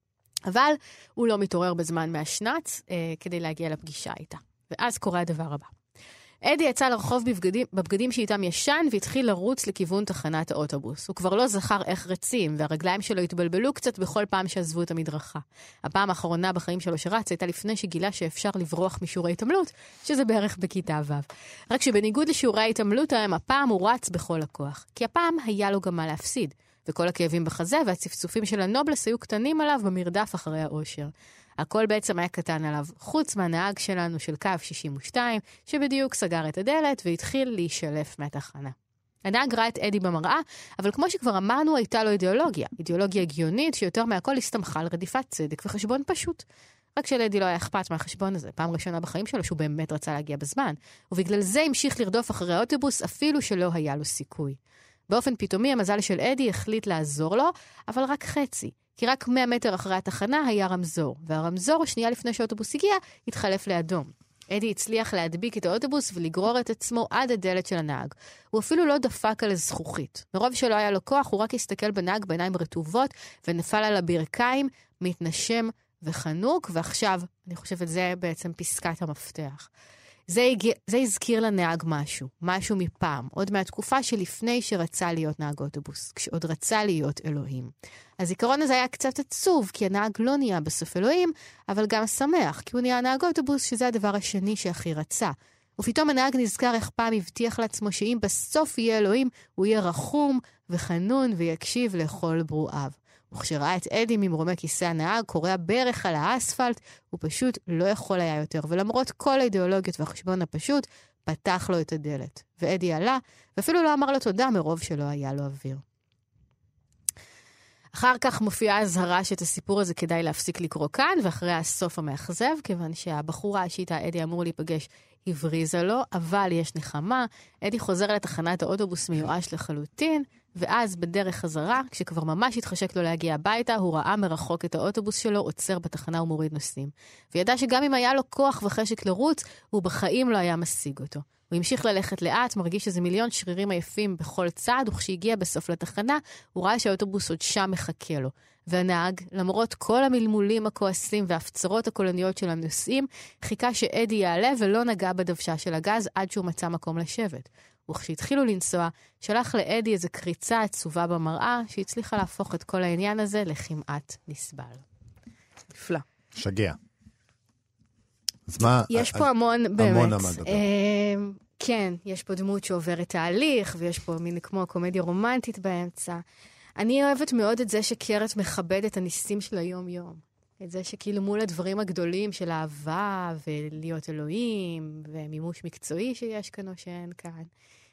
אבל הוא לא מתעורר בזמן מהשנץ אה, כדי להגיע לפגישה איתה. ואז קורה הדבר הבא. אדי יצא לרחוב בבגדים, בבגדים שאיתם ישן והתחיל לרוץ לכיוון תחנת האוטובוס. הוא כבר לא זכר איך רצים, והרגליים שלו התבלבלו קצת בכל פעם שעזבו את המדרכה. הפעם האחרונה בחיים שלו שרץ הייתה לפני שגילה שאפשר לברוח משיעורי התעמלות, שזה בערך בכיתה ו'. רק שבניגוד לשיעורי ההתעמלות ההם, הפעם הוא רץ בכל הכוח. כי הפעם היה לו גם מה להפסיד. וכל הכאבים בחזה והצפצופים של הנובלס היו קטנים עליו במרדף אחרי האושר. הכל בעצם היה קטן עליו, חוץ מהנהג שלנו של קו שישים ושתיים, שבדיוק סגר את הדלת והתחיל להישלף מהתחנה. הנהג ראה את אדי במראה, אבל כמו שכבר אמרנו, הייתה לו אידיאולוגיה. אידיאולוגיה הגיונית שיותר מהכל הסתמכה על רדיפת צדק וחשבון פשוט. רק שלאדי לא היה אכפת מהחשבון הזה, פעם ראשונה בחיים שלו שהוא באמת רצה להגיע בזמן, ובגלל זה המשיך לרדוף אחרי האוטובוס אפילו שלא היה לו סיכוי. באופן פתאומי המזל של אדי החליט לעזור לו, אבל רק חצי. כי רק מאה מטר אחרי התחנה היה רמזור, והרמזור, שנייה לפני שהאוטובוס הגיע, התחלף לאדום. אדי הצליח להדביק את האוטובוס ולגרור את עצמו עד הדלת של הנהג. הוא אפילו לא דפק על הזכוכית. מרוב שלא היה לו כוח, הוא רק הסתכל בנהג בעיניים רטובות ונפל על הברכיים, מתנשם וחנוק, ועכשיו, אני חושבת, זה בעצם פסקת המפתח. זה, הגיע, זה הזכיר לנהג משהו, משהו מפעם, עוד מהתקופה שלפני שרצה להיות נהג אוטובוס, כשעוד רצה להיות אלוהים. הזיכרון הזה היה קצת עצוב, כי הנהג לא נהיה בסוף אלוהים, אבל גם שמח, כי הוא נהיה נהג אוטובוס, שזה הדבר השני שהכי רצה. ופתאום הנהג נזכר איך פעם הבטיח לעצמו שאם בסוף יהיה אלוהים, הוא יהיה רחום וחנון ויקשיב לכל ברואיו. וכשראה את אדי ממרומי כיסא הנהג, קורע ברך על האספלט, הוא פשוט לא יכול היה יותר, ולמרות כל האידיאולוגיות והחשבון הפשוט, פתח לו את הדלת. ואדי עלה, ואפילו לא אמר לו תודה מרוב שלא היה לו אוויר. אחר כך מופיעה הזהרה שאת הסיפור הזה כדאי להפסיק לקרוא כאן, ואחרי הסוף המאכזב, כיוון שהבחורה שאיתה אדי אמור להיפגש הבריזה לו, אבל יש נחמה, אדי חוזר לתחנת האוטובוס מיואש לחלוטין, ואז בדרך חזרה, כשכבר ממש התחשק לו להגיע הביתה, הוא ראה מרחוק את האוטובוס שלו, עוצר בתחנה ומוריד נוסעים. וידע שגם אם היה לו כוח וחשק לרוץ, הוא בחיים לא היה משיג אותו. הוא המשיך ללכת לאט, מרגיש איזה מיליון שרירים עייפים בכל צעד, וכשהגיע בסוף לתחנה, הוא ראה שהאוטובוס עוד שם מחכה לו. והנהג, למרות כל המלמולים הכועסים והפצרות הקולניות של הנוסעים, חיכה שאדי יעלה ולא נגע בדוושה של הגז עד שהוא מצא מקום לשבת. וכשהתחילו לנסוע, שלח לאדי איזו קריצה עצובה במראה, שהצליחה להפוך את כל העניין הזה לכמעט נסבל. נפלא. שגע. אז מה... יש פה המון, באמת. המון המון דבר. כן, יש פה דמות שעוברת תהליך, ויש פה מין כמו קומדיה רומנטית באמצע. אני אוהבת מאוד את זה שקרת מכבד את הניסים של היום-יום. את זה שכאילו מול הדברים הגדולים של אהבה, ולהיות אלוהים, ומימוש מקצועי שיש כאן או שאין כאן.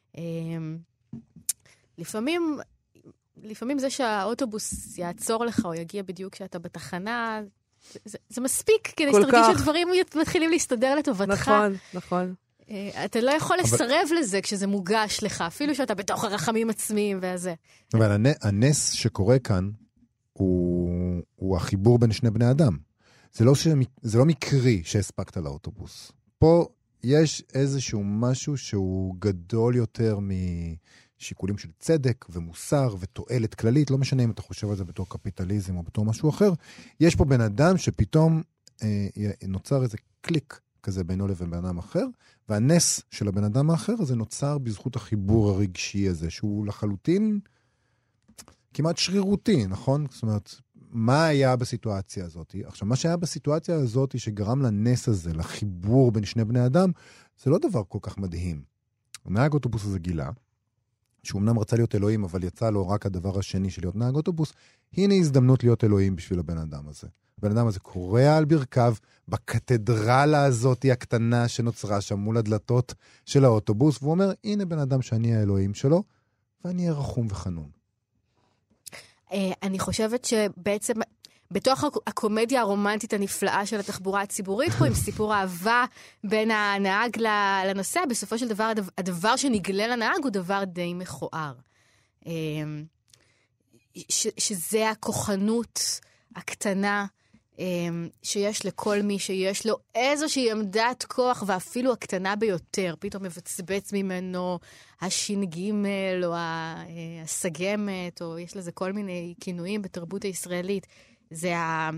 לפעמים, לפעמים זה שהאוטובוס יעצור לך, או יגיע בדיוק כשאתה בתחנה, זה, זה מספיק, כדי שתרגיש שדברים מתחילים להסתדר לטובתך. נכון, נכון. אתה לא יכול לסרב לזה כשזה מוגש לך, אפילו שאתה בתוך הרחמים עצמיים והזה. אבל הנס שקורה כאן, הוא, הוא החיבור בין שני בני אדם. זה לא, ש... זה לא מקרי שהספקת לאוטובוס. פה יש איזשהו משהו שהוא גדול יותר משיקולים של צדק ומוסר ותועלת כללית, לא משנה אם אתה חושב על זה בתור קפיטליזם או בתור משהו אחר. יש פה בן אדם שפתאום אה, נוצר איזה קליק כזה בינו לבין בן אדם אחר, והנס של הבן אדם האחר הזה נוצר בזכות החיבור הרגשי הזה, שהוא לחלוטין כמעט שרירותי, נכון? זאת אומרת, מה היה בסיטואציה הזאת? עכשיו, מה שהיה בסיטואציה הזאת שגרם לנס הזה, לחיבור בין שני בני אדם, זה לא דבר כל כך מדהים. נהג אוטובוס הזה גילה, שהוא אמנם רצה להיות אלוהים, אבל יצא לו רק הדבר השני של להיות נהג אוטובוס, הנה הזדמנות להיות אלוהים בשביל הבן אדם הזה. הבן אדם הזה קורע על ברכיו בקתדרלה הזאת הקטנה שנוצרה שם מול הדלתות של האוטובוס, והוא אומר, הנה בן אדם שאני האלוהים שלו, ואני אהיה רחום וחנון. אני חושבת שבעצם בתוך הקומדיה הרומנטית הנפלאה של התחבורה הציבורית פה, עם סיפור האהבה בין הנהג לנוסע, בסופו של דבר הדבר שנגלה לנהג הוא דבר די מכוער. שזה הכוחנות הקטנה שיש לכל מי שיש לו איזושהי עמדת כוח, ואפילו הקטנה ביותר, פתאום מבצבץ ממנו השינגימל או הסגמת, או יש לזה כל מיני כינויים בתרבות הישראלית. זה ה...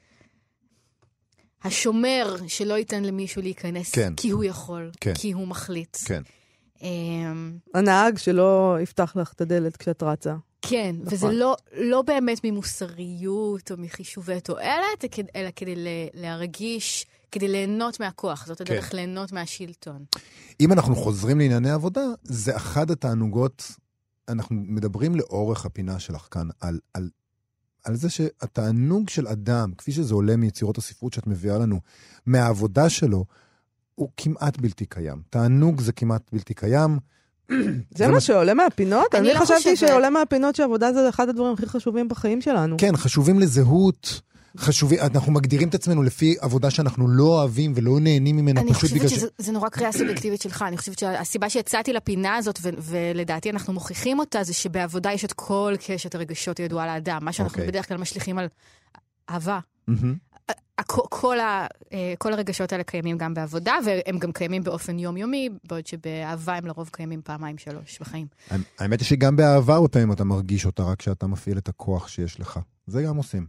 השומר שלא ייתן למישהו להיכנס, כן. כי הוא יכול, כן. כי הוא מחליט. כן. הנהג שלא יפתח לך את הדלת כשאת רצה. כן, נכון. וזה לא, לא באמת ממוסריות או מחישובי תועלת, אלא כדי להרגיש, כדי ליהנות מהכוח. זאת הדרך כן. ליהנות מהשלטון. אם אנחנו חוזרים לענייני עבודה, זה אחד התענוגות, אנחנו מדברים לאורך הפינה שלך כאן, על, על, על זה שהתענוג של אדם, כפי שזה עולה מיצירות הספרות שאת מביאה לנו, מהעבודה שלו, הוא כמעט בלתי קיים. תענוג זה כמעט בלתי קיים, זה מה שעולה מהפינות? אני חשבתי שעולה מהפינות שעבודה זה אחד הדברים הכי חשובים בחיים שלנו. כן, חשובים לזהות, אנחנו מגדירים את עצמנו לפי עבודה שאנחנו לא אוהבים ולא נהנים ממנה. אני חושבת שזה נורא קריאה סובייקטיבית שלך. אני חושבת שהסיבה שיצאתי לפינה הזאת, ולדעתי אנחנו מוכיחים אותה, זה שבעבודה יש את כל קשת הרגשות הידועה לאדם. מה שאנחנו בדרך כלל משליכים על אהבה. כל, ה, כל הרגשות האלה קיימים גם בעבודה, והם גם קיימים באופן יומיומי, בעוד שבאהבה הם לרוב קיימים פעמיים שלוש בחיים. האמת היא שגם באהבה אותה, אם אתה מרגיש אותה, רק שאתה מפעיל את הכוח שיש לך. זה גם עושים.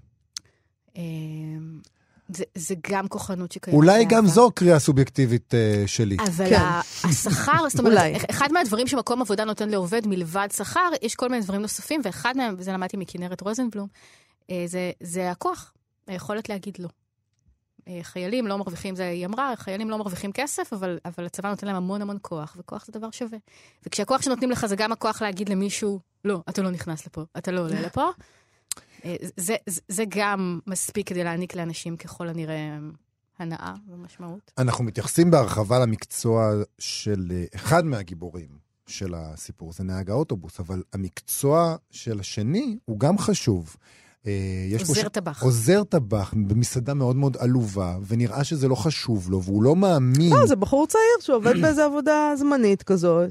זה, זה גם כוחנות שקיימת. אולי באהבה. גם זו קריאה סובייקטיבית uh, שלי. אבל כן. השכר, זאת אומרת, אחד מהדברים שמקום עבודה נותן לעובד מלבד שכר, יש כל מיני דברים נוספים, ואחד מהם, וזה למדתי מכנרת רוזנבלום, זה, זה הכוח, היכולת להגיד לא. חיילים לא מרוויחים, זה היא אמרה, חיילים לא מרוויחים כסף, אבל, אבל הצבא נותן להם המון המון כוח, וכוח זה דבר שווה. וכשהכוח שנותנים לך זה גם הכוח להגיד למישהו, לא, אתה לא נכנס לפה, אתה לא עולה לפה. זה, זה, זה גם מספיק כדי להעניק לאנשים ככל הנראה הנאה ומשמעות. אנחנו מתייחסים בהרחבה למקצוע של אחד מהגיבורים של הסיפור, זה נהג האוטובוס, אבל המקצוע של השני הוא גם חשוב. עוזר טבח. עוזר טבח במסעדה מאוד מאוד עלובה, ונראה שזה לא חשוב לו, והוא לא מאמין. לא, זה בחור צעיר שעובד באיזו עבודה זמנית כזאת,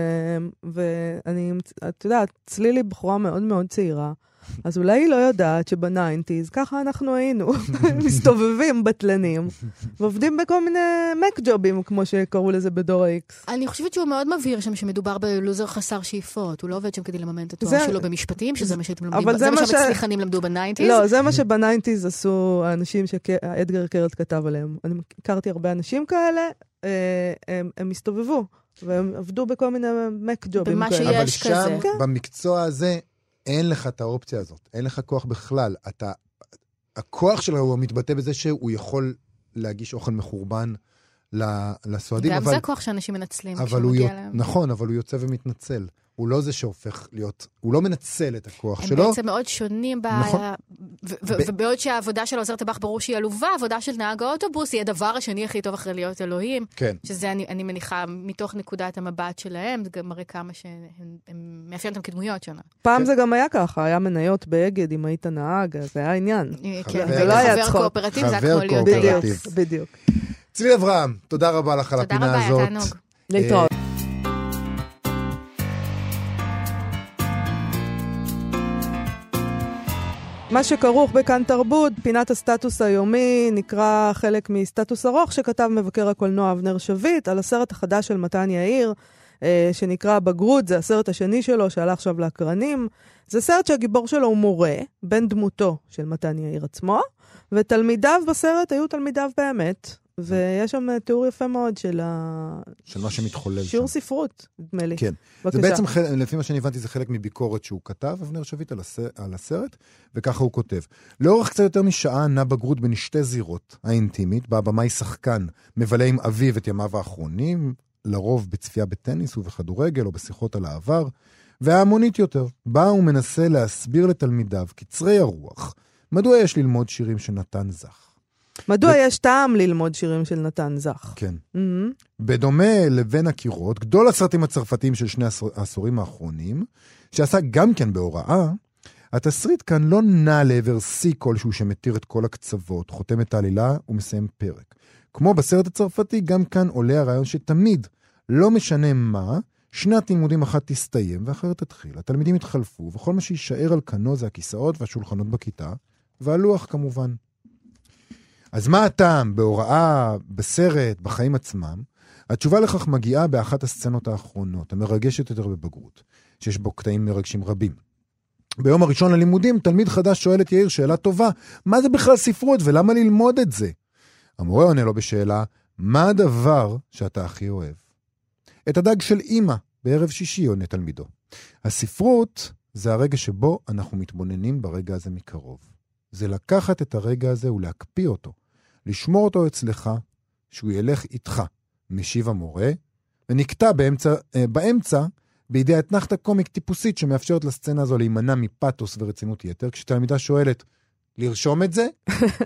ואני, אתה יודע, צלילי בחורה מאוד מאוד צעירה, אז אולי היא לא יודעת שבניינטיז, ככה אנחנו היינו, מסתובבים בטלנים, ועובדים בכל מיני מקג'ובים, כמו שקראו לזה בדור ה-X. אני חושבת שהוא מאוד מבהיר שם שמדובר בלוזר חסר שאיפות, הוא לא עובד שם כדי לממן את התואר שלו במשפטים, שזה מה שאתם לומדים, זה מה שהמצליחנים למדו בניינטיז. לא, זה מה שבניינטיז עשו האנשים שאדגר קרת כתב עליהם. אני הכרתי הרבה אנשים כאלה, הם הסתובבו, והם עבדו בכל מיני מקג'ובים כאלה. אבל שם, במקצוע הזה, אין לך את האופציה הזאת, אין לך כוח בכלל. אתה, הכוח שלו הוא מתבטא בזה שהוא יכול להגיש אוכל מחורבן לסועדים. גם אבל, זה כוח שאנשים מנצלים. אבל הוא יוצ... נכון, אבל הוא יוצא ומתנצל. הוא לא זה שהופך להיות, הוא לא מנצל את הכוח הם שלו. הם בעצם מאוד שונים, ב... נכון. ו- ו- ב... ובעוד שהעבודה של עוזר טבח ברור שהיא עלובה, העבודה של נהג האוטובוס היא הדבר השני הכי טוב אחרי להיות אלוהים. כן. שזה אני, אני מניחה מתוך נקודת המבט שלהם, זה גם מראה כמה שהם מאפיין אותם כדמויות שונה. פעם כן. זה גם היה ככה, היה מניות באגד אם היית נהג, זה היה עניין. כן, זה לא היה צחוק. חבר קואופרטיב, זה חבר כמו להיות קואופרטיב. טייס. בדיוק. צליל אברהם, תודה רבה לך על הפינה הזאת. תודה רבה, היה תענוג. להתראות. מה שכרוך בכאן תרבות, פינת הסטטוס היומי, נקרא חלק מסטטוס ארוך שכתב מבקר הקולנוע אבנר שביט על הסרט החדש של מתן יאיר, שנקרא בגרות, זה הסרט השני שלו שעלה עכשיו לאקרנים. זה סרט שהגיבור שלו הוא מורה, בן דמותו של מתן יאיר עצמו, ותלמידיו בסרט היו תלמידיו באמת, ויש שם תיאור יפה מאוד של ה... של מה שמתחולל שם. שיעור ספרות, נדמה לי. כן. בבקשה. זה בעצם, לפי מה שאני הבנתי, זה חלק מביקורת שהוא כתב, אבנר שביט, על, הסרט, על הסרט, וככה הוא כותב. לאורך קצת יותר משעה נע בגרות בין שתי זירות האינטימית, בה הבמאי שחקן מבלה עם אביו את ימיו האחרונים, לרוב בצפייה בטניס ובכדורגל או בשיחות על העבר, וההמונית יותר, בה הוא מנסה להסביר לתלמידיו, קצרי הרוח, מדוע יש ללמוד שירים של נתן זך. מדוע ו... יש טעם ללמוד שירים של נתן זך? כן. Mm-hmm. בדומה לבין הקירות, גדול הסרטים הצרפתיים של שני העשורים האחרונים, שעשה גם כן בהוראה, התסריט כאן לא נע לעבר שיא כלשהו שמתיר את כל הקצוות, חותם את העלילה ומסיים פרק. כמו בסרט הצרפתי, גם כאן עולה הרעיון שתמיד, לא משנה מה, שנת לימודים אחת תסתיים ואחרת תתחיל. התלמידים התחלפו, וכל מה שישאר על כנו זה הכיסאות והשולחנות בכיתה, והלוח כמובן. אז מה הטעם בהוראה, בסרט, בחיים עצמם? התשובה לכך מגיעה באחת הסצנות האחרונות, המרגשת יותר בבגרות, שיש בו קטעים מרגשים רבים. ביום הראשון ללימודים, תלמיד חדש שואל את יאיר שאלה טובה, מה זה בכלל ספרות ולמה ללמוד את זה? המורה עונה לו בשאלה, מה הדבר שאתה הכי אוהב? את הדג של אמא, בערב שישי עונה תלמידו. הספרות זה הרגע שבו אנחנו מתבוננים ברגע הזה מקרוב. זה לקחת את הרגע הזה ולהקפיא אותו, לשמור אותו אצלך, שהוא ילך איתך, משיב המורה, ונקטע באמצע, באמצע בידי אתנחתא קומיק טיפוסית שמאפשרת לסצנה הזו להימנע מפתוס ורצינות יתר, כשתלמידה שואלת, לרשום את זה?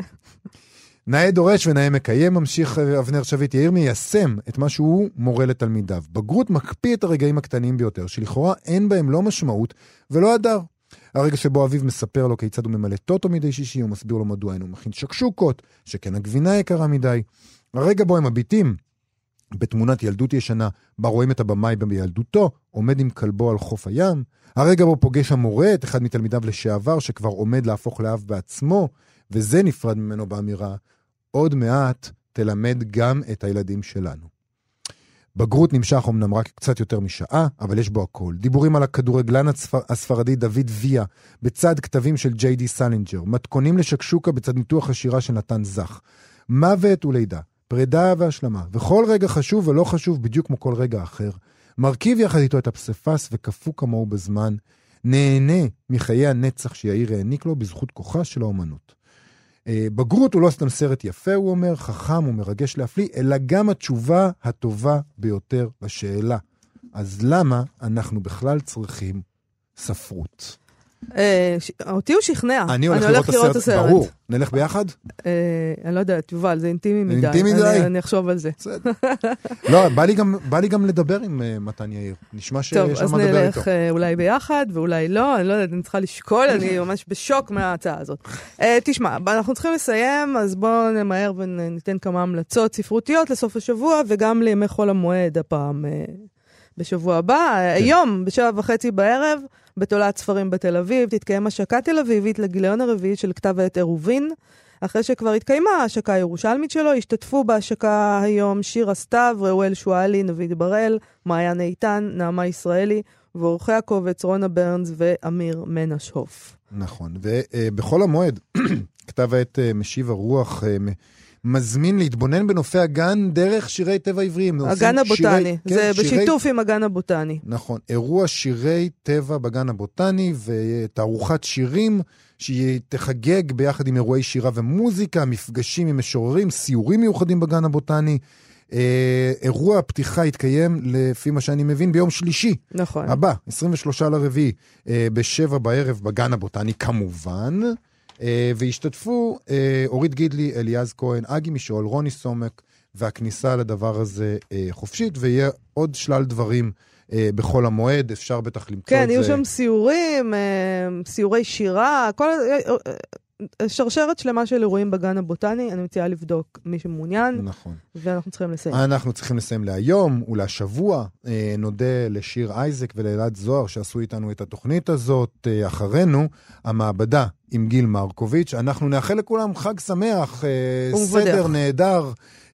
נאה דורש ונאה מקיים, ממשיך אבנר שביט, יאיר מיישם את מה שהוא מורה לתלמידיו. בגרות מקפיא את הרגעים הקטנים ביותר, שלכאורה אין בהם לא משמעות ולא הדר. הרגע שבו אביו מספר לו כיצד הוא ממלא טוטו מדי שישי, הוא מסביר לו מדוע אינו מכין שקשוקות, שכן הגבינה יקרה מדי. הרגע בו הם מביטים בתמונת ילדות ישנה, בה רואים את הבמאי בילדותו, עומד עם כלבו על חוף הים. הרגע בו פוגש המורה את אחד מתלמידיו לשעבר, שכבר עומד להפוך לאב בעצמו, וזה נפרד ממנו באמירה, עוד מעט תלמד גם את הילדים שלנו. בגרות נמשך אומנם רק קצת יותר משעה, אבל יש בו הכל. דיבורים על הכדורגלן הספר... הספרדי דוד ויה, בצד כתבים של ג'יי די סלינג'ר, מתכונים לשקשוקה בצד ניתוח השירה של נתן זך. מוות ולידה, פרידה והשלמה, וכל רגע חשוב ולא חשוב בדיוק כמו כל רגע אחר. מרכיב יחד איתו את הפספס וקפוא כמוהו בזמן, נהנה מחיי הנצח שיאיר העניק לו בזכות כוחה של האומנות. בגרות הוא לא סתם סרט יפה, הוא אומר, חכם ומרגש להפליא, אלא גם התשובה הטובה ביותר לשאלה. אז למה אנחנו בכלל צריכים ספרות? אותי הוא שכנע. אני הולך לראות את הסרט, ברור. נלך ביחד? אני לא יודעת, יובל, זה אינטימי מדי. אינטימי מדי? אני אחשוב על זה. לא, בא לי גם לדבר עם מתן יאיר. נשמע שיש מה לדבר איתו. טוב, אז נלך אולי ביחד, ואולי לא. אני לא יודעת, אני צריכה לשקול, אני ממש בשוק מההצעה הזאת. תשמע, אנחנו צריכים לסיים, אז בואו נמהר וניתן כמה המלצות ספרותיות לסוף השבוע, וגם לימי חול המועד הפעם בשבוע הבא. היום, בשבע וחצי בערב, בתולעת ספרים בתל אביב, תתקיים השקה תל אביבית לגיליון הרביעי של כתב העת עירובין. אחרי שכבר התקיימה ההשקה הירושלמית שלו, השתתפו בהשקה היום שירה סתיו, ראואל שואלי, נביד בראל, מעיין איתן, נעמה ישראלי, ואורחי הקובץ רונה ברנס ואמיר מנשהוף. נכון, ובכל המועד, כתב העת משיב הרוח מזמין להתבונן בנופי הגן דרך שירי טבע עבריים. הגן הבוטני, שירי, זה כן, בשיתוף שירי... עם הגן הבוטני. נכון, אירוע שירי טבע בגן הבוטני ותערוכת שירים שהיא תחגג ביחד עם אירועי שירה ומוזיקה, מפגשים עם משוררים, סיורים מיוחדים בגן הבוטני. אה, אירוע הפתיחה יתקיים לפי מה שאני מבין ביום שלישי. נכון. הבא, עשרים ושלושה לרביעי, אה, בשבע בערב בגן הבוטני כמובן. Uh, והשתתפו uh, אורית גידלי, אליעז כהן, אגי משול, רוני סומק, והכניסה לדבר הזה uh, חופשית, ויהיה עוד שלל דברים uh, בכל המועד, אפשר בטח למצוא כן, את זה. כן, יהיו שם סיורים, uh, סיורי שירה, כל... שרשרת שלמה של אירועים בגן הבוטני, אני מציעה לבדוק מי שמעוניין, נכון. ואנחנו צריכים לסיים. אנחנו צריכים לסיים להיום ולשבוע. אה, נודה לשיר אייזק ולאלעד זוהר שעשו איתנו את התוכנית הזאת. אה, אחרינו, המעבדה עם גיל מרקוביץ'. אנחנו נאחל לכולם חג שמח, אה, סדר נהדר,